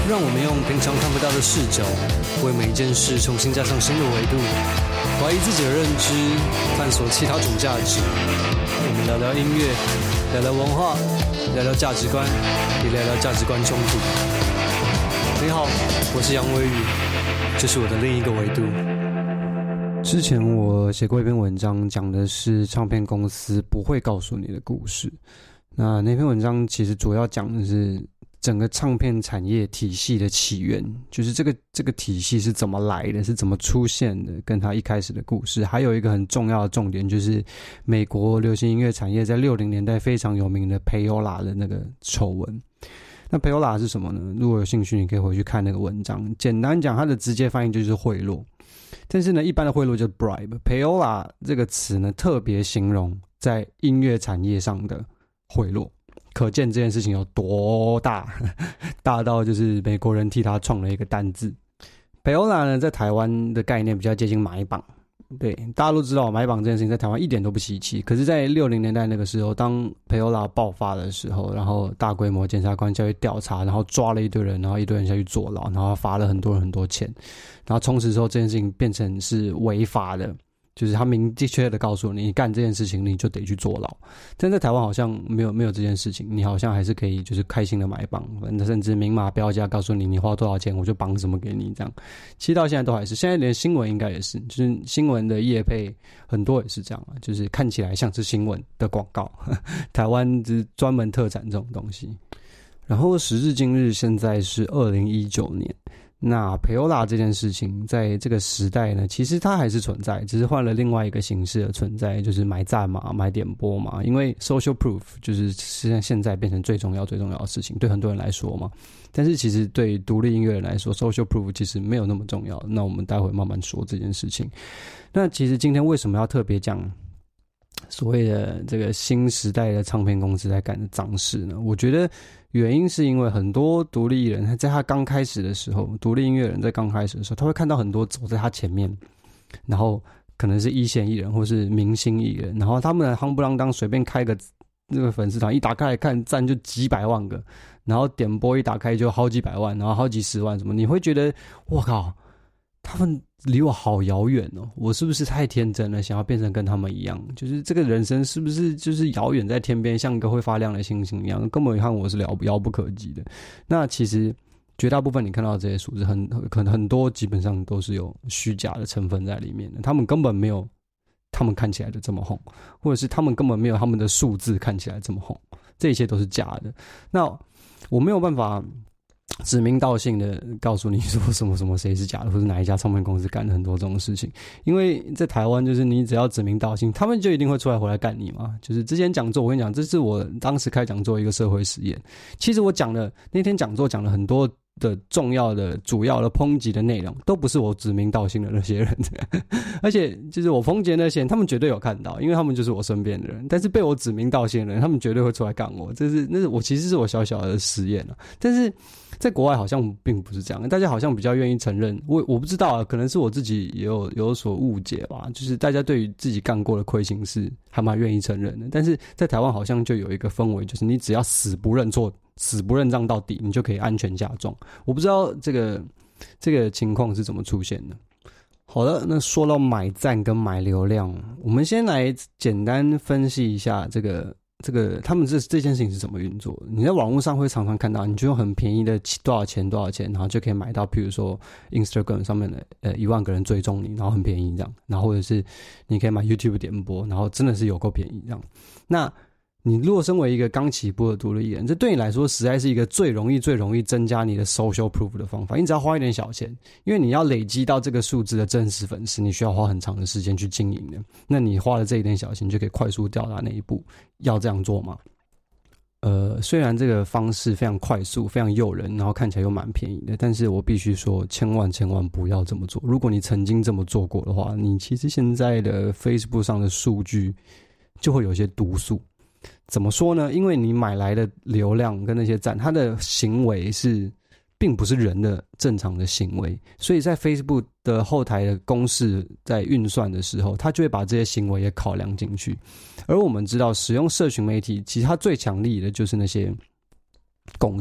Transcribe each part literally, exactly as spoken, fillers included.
让我们用平常看不到的视角，为每一件事重新加上新的维度，怀疑自己的认知，探索其他种价值。我们聊聊音乐，聊聊文化，聊聊价值观，也聊聊价值观冲突。你好，我是杨威宇，这是我的另一个维度。之前我写过一篇文章，讲的是唱片公司不会告诉你的故事。那那篇文章其实主要讲的是整个唱片产业体系的起源，就是这个这个体系是怎么来的，是怎么出现的，跟它一开始的故事。还有一个很重要的重点，就是美国流行音乐产业在六零年代非常有名的 Payola 的那个丑闻。那 Payola 是什么呢？如果有兴趣，你可以回去看那个文章。简单讲，它的直接翻译就是贿赂。但是呢，一般的贿赂就是 bribe。Payola 这个词呢，特别形容在音乐产业上的贿赂。可见这件事情有多大，大到就是美国人替他创了一个单字。Payola 呢，在台湾的概念比较接近买榜，对，大家都知道买榜这件事情在台湾一点都不稀奇。可是，在六零年代那个时候，当 Payola 爆发的时候，然后大规模检察官下去调查，然后抓了一堆人，然后一堆人下去坐牢，然后罚了很多人很多钱，然后从此之后这件事情变成是违法的。就是他明确的告诉你，你干这件事情你就得去坐牢。但在台湾好像没有没有这件事情，你好像还是可以就是开心的买榜，甚至明码标价告诉你你花多少钱我就绑什么给你这样。其实到现在都还是，现在连新闻应该也是，就是新闻的业配很多也是这样，就是看起来像是新闻的广告。台湾就是专门特产这种东西。然后时至今日，现在是二零一九年。那 Payola 这件事情在这个时代呢，其实它还是存在，只是换了另外一个形式的存在，就是买赞嘛，买点播嘛。因为 social proof 就是现在现在变成最重要最重要的事情，对很多人来说嘛。但是其实对独立音乐人来说 social proof 其实没有那么重要。那我们待会慢慢说这件事情。那其实今天为什么要特别讲所谓的这个新时代的唱片公司在干的脏事呢？我觉得原因是因为很多独立艺人在他刚开始的时候，独立音乐人在刚开始的时候，他会看到很多走在他前面，然后可能是一线艺人或是明星艺人，然后他们夯不啷当随便开个那个粉丝团，一打开来看赞就几百万个，然后点播一打开就好几百万，然后好几十万什么，你会觉得我靠，他们离我好遥远哦！我是不是太天真了，想要变成跟他们一样？就是这个人生是不是就是遥远在天边，像一个会发亮的星星一样，根本和我是遥遥不可及的。那其实绝大部分你看到这些数字，很可能很多基本上都是有虚假的成分在里面的，他们根本没有他们看起来的这么红，或者是他们根本没有他们的数字看起来这么红，这一切都是假的。那我没有办法指名道姓的告诉你说什么什么谁是假的，或是哪一家唱片公司干了很多这种事情，因为在台湾就是你只要指名道姓，他们就一定会出来回来干你嘛。就是之前讲座，我跟你讲，这是我当时开讲座一个社会实验。其实我讲的那天讲座讲了很多的重要的主要的抨击的内容，都不是我指名道姓的那些人，而且就是我抨击的那些人，他们绝对有看到，因为他们就是我身边的人。但是被我指名道姓的人，他们绝对会出来干我。这是那是我其实是我小小的实验了，但是在国外好像并不是这样，大家好像比较愿意承认。我我不知道啊，可能是我自己也有有所误解吧。就是大家对于自己干过的亏心事还蛮愿意承认的，但是在台湾好像就有一个氛围，就是你只要死不认错、死不认账到底，你就可以安全下庄。我不知道这个这个情况是怎么出现的。好的，那说到买赞跟买流量，我们先来简单分析一下这个。这个他们这这件事情是怎么运作的？你在网络上会常常看到，你就用很便宜的多少钱多少钱，然后就可以买到，譬如说 Instagram 上面的呃一万个人追踪你，然后很便宜这样，然后或者是你可以买 YouTube 点播，然后真的是有够便宜这样。那你如果身为一个刚起步的独立艺人，这对你来说实在是一个最容易最容易增加你的 social proof 的方法。你只要花一点小钱，因为你要累积到这个数字的真实粉丝，你需要花很长的时间去经营的。那你花了这一点小钱，你就可以快速到达那一步。要这样做吗？呃，虽然这个方式非常快速、非常诱人，然后看起来又蛮便宜的，但是我必须说，千万千万不要这么做。如果你曾经这么做过的话，你其实现在的 Facebook 上的数据就会有一些毒素。怎么说呢？因为你买来的流量跟那些赞，它的行为是并不是人的正常的行为，所以在 Facebook 的后台的公式在运算的时候，它就会把这些行为也考量进去。而我们知道，使用社群媒体，其实它最强力的就是那些公式，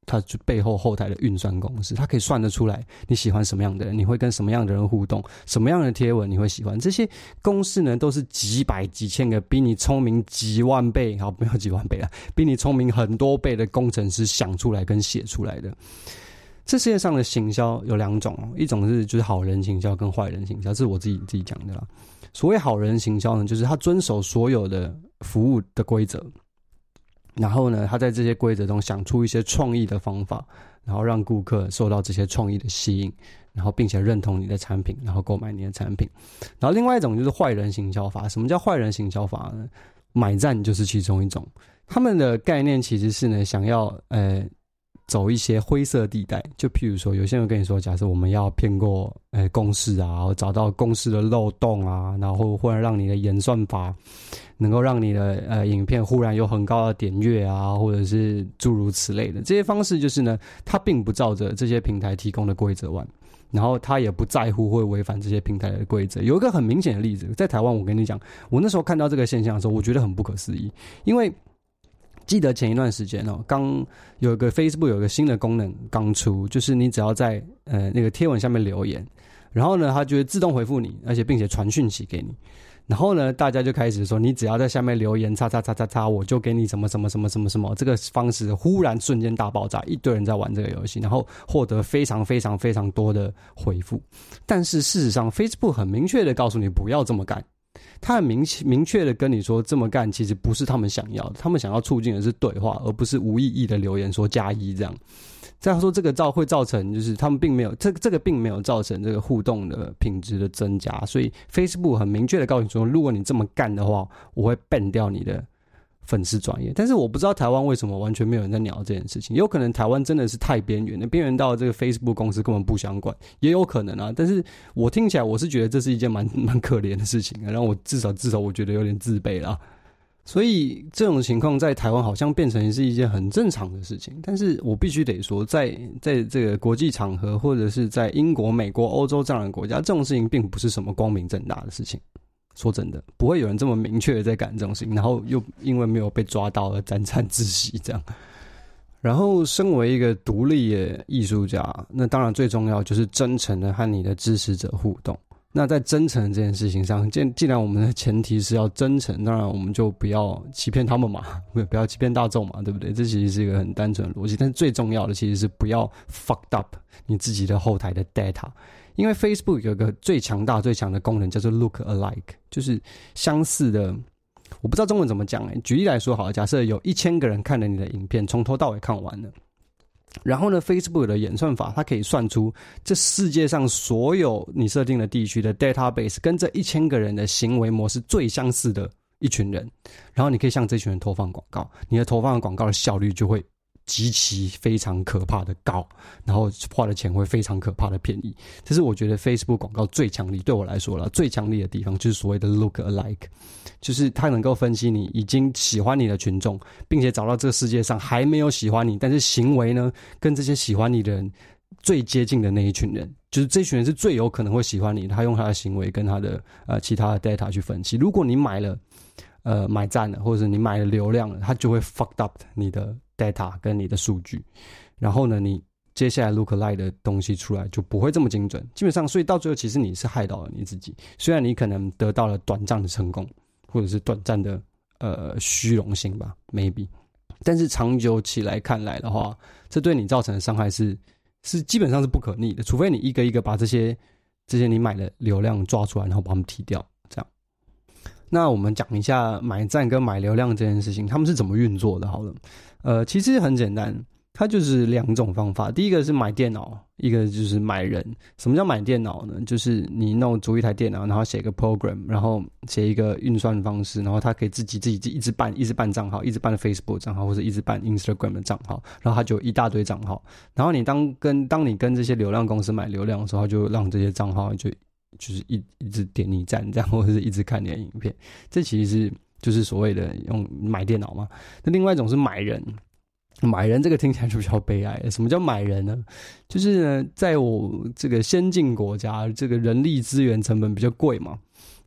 它背后后台的运算公式，它可以算得出来你喜欢什么样的人，你会跟什么样的人互动，什么样的贴文你会喜欢。这些公式呢，都是几百几千个比你聪明几万倍，好，没有几万倍啦，比你聪明很多倍的工程师想出来跟写出来的。这世界上的行销有两种，一种是就是好人行销跟坏人行销，这是我自己自己讲的啦。所谓好人行销呢，就是他遵守所有的服务的规则，然后呢，他在这些规则中想出一些创意的方法，然后让顾客受到这些创意的吸引，然后并且认同你的产品，然后购买你的产品。然后另外一种就是坏人行销法。什么叫坏人行销法呢？买赞就是其中一种。他们的概念其实是呢，想要呃走一些灰色地带，就譬如说，有些人跟你说，假设我们要骗过呃公式啊，找到公式的漏洞啊，然后忽然让你的演算法能够让你的呃影片忽然有很高的点阅啊，或者是诸如此类的这些方式，就是呢，它并不照着这些平台提供的规则玩，然后他也不在乎会违反这些平台的规则。有一个很明显的例子，在台湾，我跟你讲，我那时候看到这个现象的时候，我觉得很不可思议，因为记得前一段时间哦，刚有一个 Facebook 有一个新的功能刚出，就是你只要在呃那个贴文下面留言，然后呢，它就会自动回复你，而且并且传讯息给你。然后呢，大家就开始说，你只要在下面留言叉叉叉叉叉，我就给你什么什么什么什么什么。这个方式忽然瞬间大爆炸，一堆人在玩这个游戏，然后获得非常非常非常多的回复。但是事实上 ，Facebook 很明确的告诉你不要这么干。他很明明确的跟你说，这么干其实不是他们想要的，他们想要促进的是对话，而不是无意义的留言说加一这样。再说这个造会造成，就是他们并没有这这个并没有造成这个互动的品质的增加，所以 Facebook 很明确的告诉你说，如果你这么干的话，我会 ban 掉你的粉丝专页。但是我不知道台湾为什么完全没有人在鸟这件事情，有可能台湾真的是太边缘了，边缘到这个 Facebook 公司根本不想管，也有可能啊。但是我听起来我是觉得这是一件蛮蛮可怜的事情啊，让我至少至少我觉得有点自卑啦。所以这种情况在台湾好像变成是一件很正常的事情，但是我必须得说，在在这个国际场合，或者是在英国、美国、欧洲这样的国家，这种事情并不是什么光明正大的事情。说真的，不会有人这么明确的在干这种事情，然后又因为没有被抓到而沾沾自喜这样。然后身为一个独立的艺术家，那当然最重要就是真诚的和你的支持者互动。那在真诚这件事情上，既既然我们的前提是要真诚，当然我们就不要欺骗他们嘛，不要欺骗大众嘛，对不对？这其实是一个很单纯的逻辑。但是最重要的其实是不要 fucked up 你自己的后台的 data， 因为 Facebook 有一个最强大最强的功能叫做 look alike， 就是相似的。我不知道中文怎么讲欸，举例来说好了，假设有一千个人看了你的影片，从头到尾看完了。然后呢 Facebook 的演算法它可以算出这世界上所有你设定的地区的 database 跟这一千个人的行为模式最相似的一群人，然后你可以向这群人投放广告，你的投放的广告的效率就会极其非常可怕的高，然后花的钱会非常可怕的便宜。这是我觉得 Facebook 广告最强力，对我来说啦，最强力的地方就是所谓的 look alike， 就是它能够分析你已经喜欢你的群众，并且找到这个世界上还没有喜欢你，但是行为呢跟这些喜欢你的人最接近的那一群人，就是这群人是最有可能会喜欢你的，他用他的行为跟他的呃其他的 data 去分析。如果你买了呃买赞了，或者是你买了流量了，他就会 fucked up 你的data 跟你的数据，然后呢，你接下来 lookalike 的东西出来就不会这么精准。基本上，所以到最后其实你是害到了你自己。虽然你可能得到了短暂的成功，或者是短暂的呃虚荣心吧 ，maybe， 但是长久起来看来的话，这对你造成的伤害是是基本上是不可逆的，除非你一个一个把这些这些你买的流量抓出来，然后把它们踢掉，这样。那我们讲一下买赞跟买流量这件事情，他们是怎么运作的？好了。呃，其实很简单，它就是两种方法。第一个是买电脑，一个就是买人。什么叫买电脑呢？就是你弄组一台电脑，然后写一个 program， 然后写一个运算方式，然后它可以自己自己一直办，一直办账号，一直办 Facebook 账号，或者一直办 Instagram 的账号，然后它就有一大堆账号。然后你当跟当你跟这些流量公司买流量的时候，它就让这些账号就就是一一直点你赞，这样或者是一直看你的影片。这其实是。就是所谓的用买电脑嘛，那另外一种是买人，买人这个听起来就比较悲哀。什么叫买人呢？就是呢，在我这个先进国家，这个人力资源成本比较贵嘛，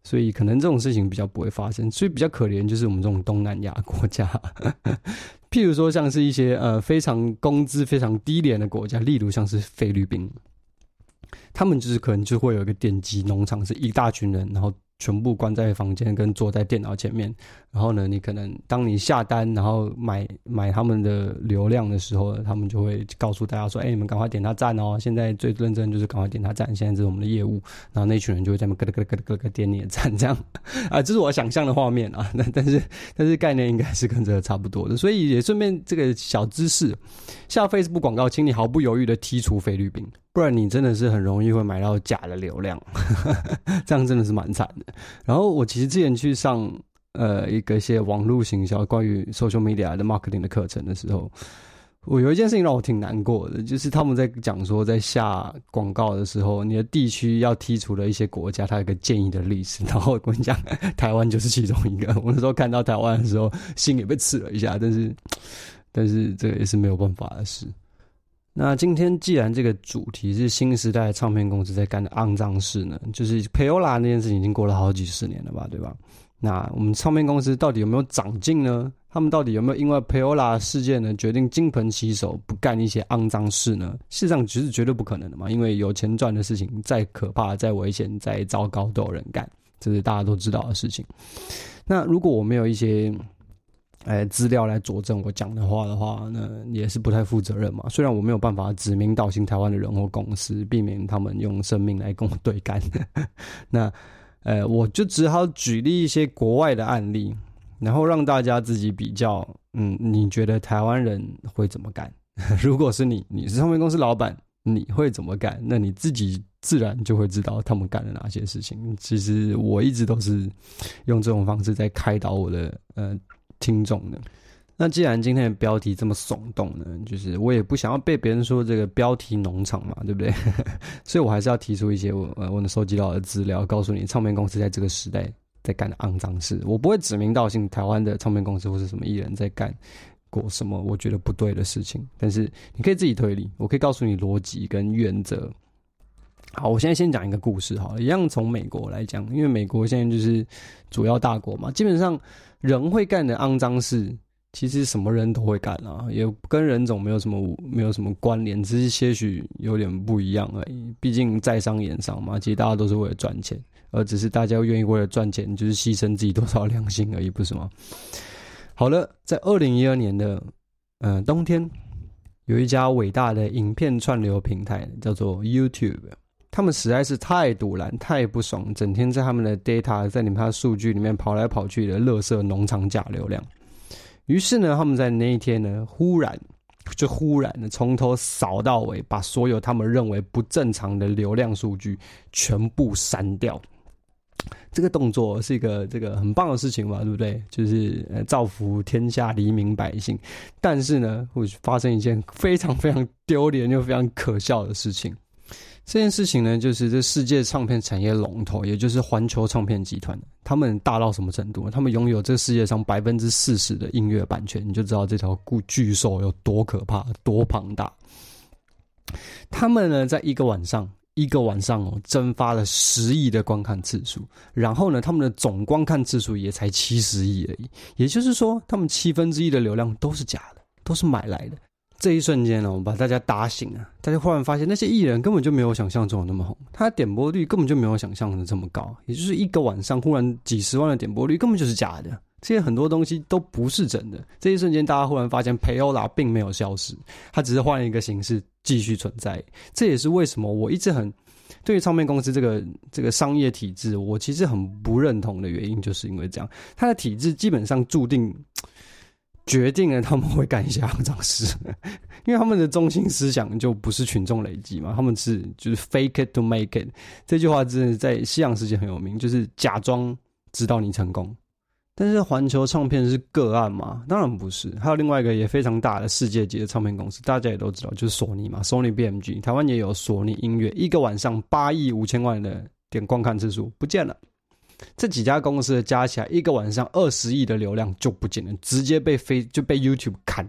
所以可能这种事情比较不会发生。所以比较可怜就是我们这种东南亚国家，譬如说像是一些呃非常工资非常低廉的国家，例如像是菲律宾，他们就是可能就会有一个电机农场，是一大群人，然后全部关在房间跟坐在电脑前面，然后呢，你可能当你下单然后买买他们的流量的时候，他们就会告诉大家说，哎、欸，你们赶快点他赞哦，现在最认真就是赶快点他赞，现在这是我们的业务，然后那群人就会在那边咯咯咯咯咯点你的赞，这样啊，这是我想象的画面啊，但是但是概念应该是跟这个差不多的，所以也顺便这个小知识，下 Facebook 广告，请你毫不犹豫的剔除菲律宾，不然你真的是很容易会买到假的流量，这样真的是蛮惨的。然后我其实之前去上呃一个一些网络行销关于 social media 的 marketing 的课程的时候，我有一件事情让我挺难过的，就是他们在讲说在下广告的时候，你的地区要剔除的一些国家，它有一个建议的历史，然后我跟你讲，台湾就是其中一个。我那时候看到台湾的时候，心也被刺了一下，但是但是这个也是没有办法的事。那今天既然这个主题是新时代的唱片公司在干的肮脏事呢，就是 Payola 那件事情已经过了好几十年了吧，对吧？那我们唱片公司到底有没有长进呢？他们到底有没有因为 Payola 事件呢决定金盆洗手，不干一些肮脏事呢？事实上其实绝对不可能的嘛，因为有钱赚的事情再可怕、再危险、再糟糕都有人干，这是大家都知道的事情。那如果我没有一些哎，资料来佐证我讲的话的话，那也是不太负责任嘛。虽然我没有办法指名道姓台湾的人或公司，避免他们用生命来跟我对干。那呃，我就只好举例一些国外的案例，然后让大家自己比较。嗯，你觉得台湾人会怎么干？如果是你，你是唱片公司老板，你会怎么干？那你自己自然就会知道他们干了哪些事情。其实我一直都是用这种方式在开导我的呃。听众的。那既然今天的标题这么耸动呢，就是我也不想要被别人说这个标题农场嘛，对不对？所以我还是要提出一些我我能收集到的资料，告诉你唱片公司在这个时代在干的肮脏事。我不会指名道姓台湾的唱片公司或是什么艺人在干过什么我觉得不对的事情，但是你可以自己推理，我可以告诉你逻辑跟原则。好，我现在先讲一个故事好了，一样从美国来讲，因为美国现在就是主要大国嘛，基本上人会干的肮脏事，其实什么人都会干啊，也跟人种没有什么没有什么关联，只是些许有点不一样而已。毕竟在商言商嘛，其实大家都是为了赚钱，而只是大家愿意为了赚钱，就是牺牲自己多少良心而已，不是吗？好了，在二零一二年的呃冬天，有一家伟大的影片串流平台叫做 YouTube。他们实在是太堵拦太不爽，整天在他们的 data 在你们他的数据里面跑来跑去的垃圾农场假流量。于是呢，他们在那一天呢，忽然就忽然的从头扫到尾，把所有他们认为不正常的流量数据全部删掉。这个动作是一个这个很棒的事情嘛，对不对？就是呃造福天下黎民百姓。但是呢，会发生一件非常非常丢脸又非常可笑的事情。这件事情呢，就是这世界唱片产业龙头，也就是环球唱片集团，他们大到什么程度呢？他们拥有这个世界上百分之四十的音乐版权，你就知道这条巨兽有多可怕、多庞大。他们呢，在一个晚上，一个晚上哦，蒸发了十亿的观看次数，然后呢，他们的总观看次数也才七十亿而已。也就是说，他们七分之一的流量都是假的，都是买来的。这一瞬间呢，我们把大家打醒了，大家忽然发现那些艺人根本就没有想象中的那么红，他的点播率根本就没有想象的这么高，也就是一个晚上忽然几十万的点播率根本就是假的，这些很多东西都不是真的。这一瞬间，大家忽然发现 Payola 并没有消失，它只是换一个形式继续存在。这也是为什么我一直很对于唱片公司这个这个商业体制，我其实很不认同的原因，就是因为这样，它的体制基本上注定。决定了他们会干一些肮脏事，因为他们的中心思想就不是群众累积嘛，他们是就是 fake it to make it， 这句话真的在西洋世界很有名，就是假装直到你成功。但是环球唱片是个案嘛？当然不是，还有另外一个也非常大的世界级的唱片公司，大家也都知道，就是索尼嘛 ，Sony B M G， 台湾也有索尼音乐，一个晚上八亿五千万的点观看次数不见了。这几家公司加起来，一个晚上二十亿的流量就不见了，直接被飞就被 YouTube 砍掉，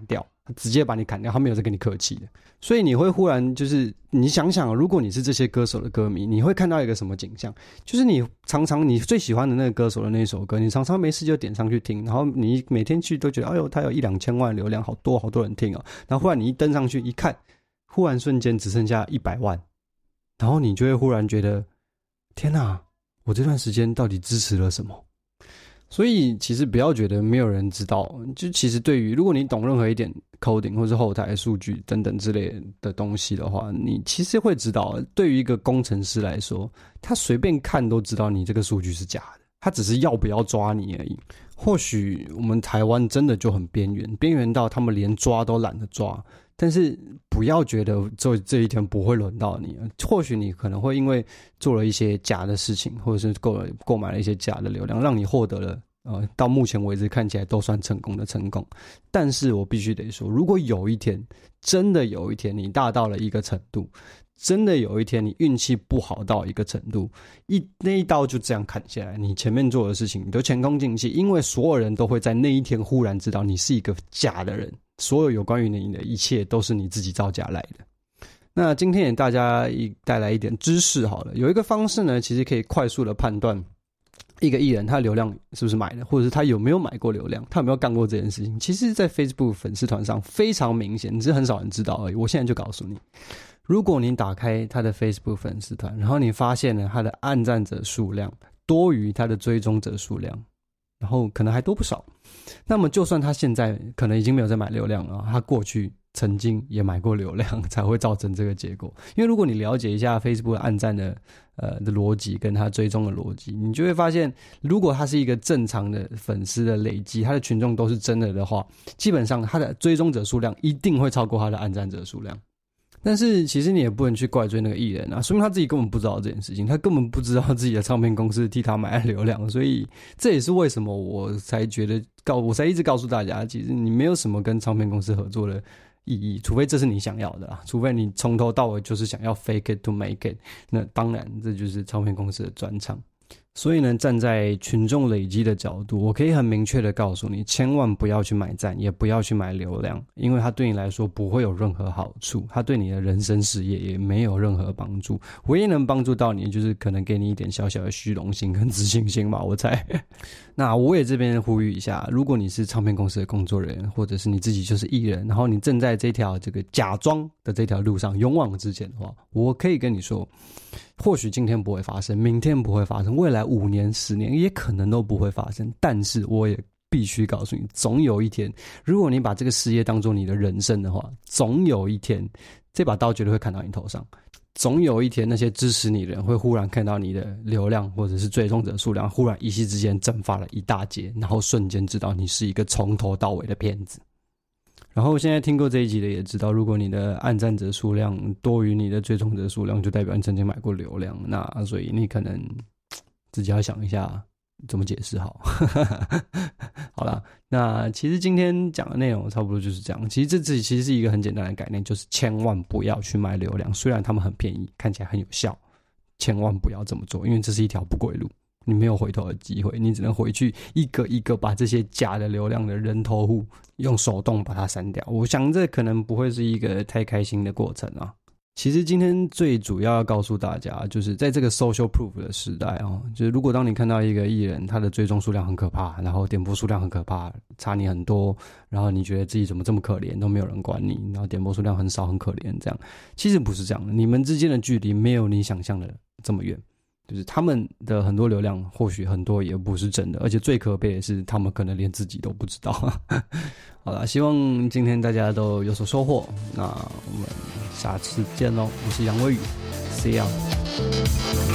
直接把你砍掉，他没有在跟你客气的。所以你会忽然就是你想想，如果你是这些歌手的歌迷，你会看到一个什么景象？就是你常常你最喜欢的那个歌手的那首歌，你常常没事就点上去听，然后你每天去都觉得哎呦他有一两千万流量，好多好多人听哦。然后忽然你一登上去一看，忽然瞬间只剩下一百万，然后你就会忽然觉得天哪，我这段时间到底支持了什么？所以其实不要觉得没有人知道，就其实对于如果你懂任何一点 coding 或是后台数据等等之类的东西的话，你其实会知道，对于一个工程师来说，他随便看都知道你这个数据是假的，他只是要不要抓你而已。或许我们台湾真的就很边缘，边缘到他们连抓都懒得抓，但是不要觉得这这一天不会轮到你。或许你可能会因为做了一些假的事情，或者是购了购买了一些假的流量，让你获得了呃到目前为止看起来都算成功的成功。但是我必须得说，如果有一天真的有一天你大到了一个程度，真的有一天你运气不好到一个程度，一那一刀就这样砍下来，你前面做的事情你都前功尽弃，因为所有人都会在那一天忽然知道你是一个假的人，所有有关于你的一切都是你自己造假来的。那今天也大家带来一点知识好了，有一个方式呢，其实可以快速的判断一个艺人他的流量是不是买的，或者是他有没有买过流量，他有没有干过这件事情。其实在 Facebook 粉丝团上非常明显，只是很少人知道而已。我现在就告诉你，如果你打开他的 Facebook 粉丝团，然后你发现了他的按赞者数量多于他的追踪者数量，然后可能还多不少，那么就算他现在可能已经没有在买流量了，他过去曾经也买过流量，才会造成这个结果。因为如果你了解一下 Facebook 按赞的呃的逻辑跟他追踪的逻辑，你就会发现，如果他是一个正常的粉丝的累积，他的群众都是真的的话，基本上他的追踪者数量一定会超过他的按赞者数量。但是其实你也不能去怪罪那个艺人啊，说明他自己根本不知道这件事情，他根本不知道自己的唱片公司替他买了流量，所以这也是为什么我才觉得告我才一直告诉大家，其实你没有什么跟唱片公司合作的意义，除非这是你想要的啦，除非你从头到尾就是想要 fake it to make it， 那当然这就是唱片公司的专长。所以呢，站在群众累积的角度，我可以很明确的告诉你，千万不要去买赞，也不要去买流量，因为它对你来说不会有任何好处，它对你的人生事业也没有任何帮助，唯一能帮助到你就是可能给你一点小小的虚荣心跟自信心吧，我猜。那我也这边呼吁一下，如果你是唱片公司的工作人员，或者是你自己就是艺人，然后你正在这条这个假装的这条路上勇往直前的话，我可以跟你说，或许今天不会发生，明天不会发生，未来五年十年也可能都不会发生，但是我也必须告诉你，总有一天，如果你把这个事业当作你的人生的话，总有一天这把刀绝对会砍到你头上，总有一天那些支持你的人会忽然看到你的流量或者是追踪者数量忽然一夕之间蒸发了一大截，然后瞬间知道你是一个从头到尾的骗子。然后现在听过这一集的也知道，如果你的按赞者数量多于你的追踪者数量，就代表你曾经买过流量，那所以你可能自己要想一下怎么解释好。好啦，那其实今天讲的内容差不多就是这样。其实这自己其实是一个很简单的概念，就是千万不要去买流量，虽然他们很便宜，看起来很有效，千万不要这么做，因为这是一条不归路，你没有回头的机会，你只能回去一个一个把这些假的流量的人头户用手动把它删掉。我想这可能不会是一个太开心的过程啊。其实今天最主要要告诉大家，就是在这个 social proof 的时代哦，就是如果当你看到一个艺人他的追踪数量很可怕，然后点播数量很可怕，差你很多，然后你觉得自己怎么这么可怜，都没有人管你，然后点播数量很少很可怜，这样其实不是这样的，你们之间的距离没有你想象的这么远。就是他们的很多流量或许很多也不是真的，而且最可悲的是他们可能连自己都不知道。好啦，希望今天大家都有所收获，那我们下次见咯，我是杨威宇 See ya。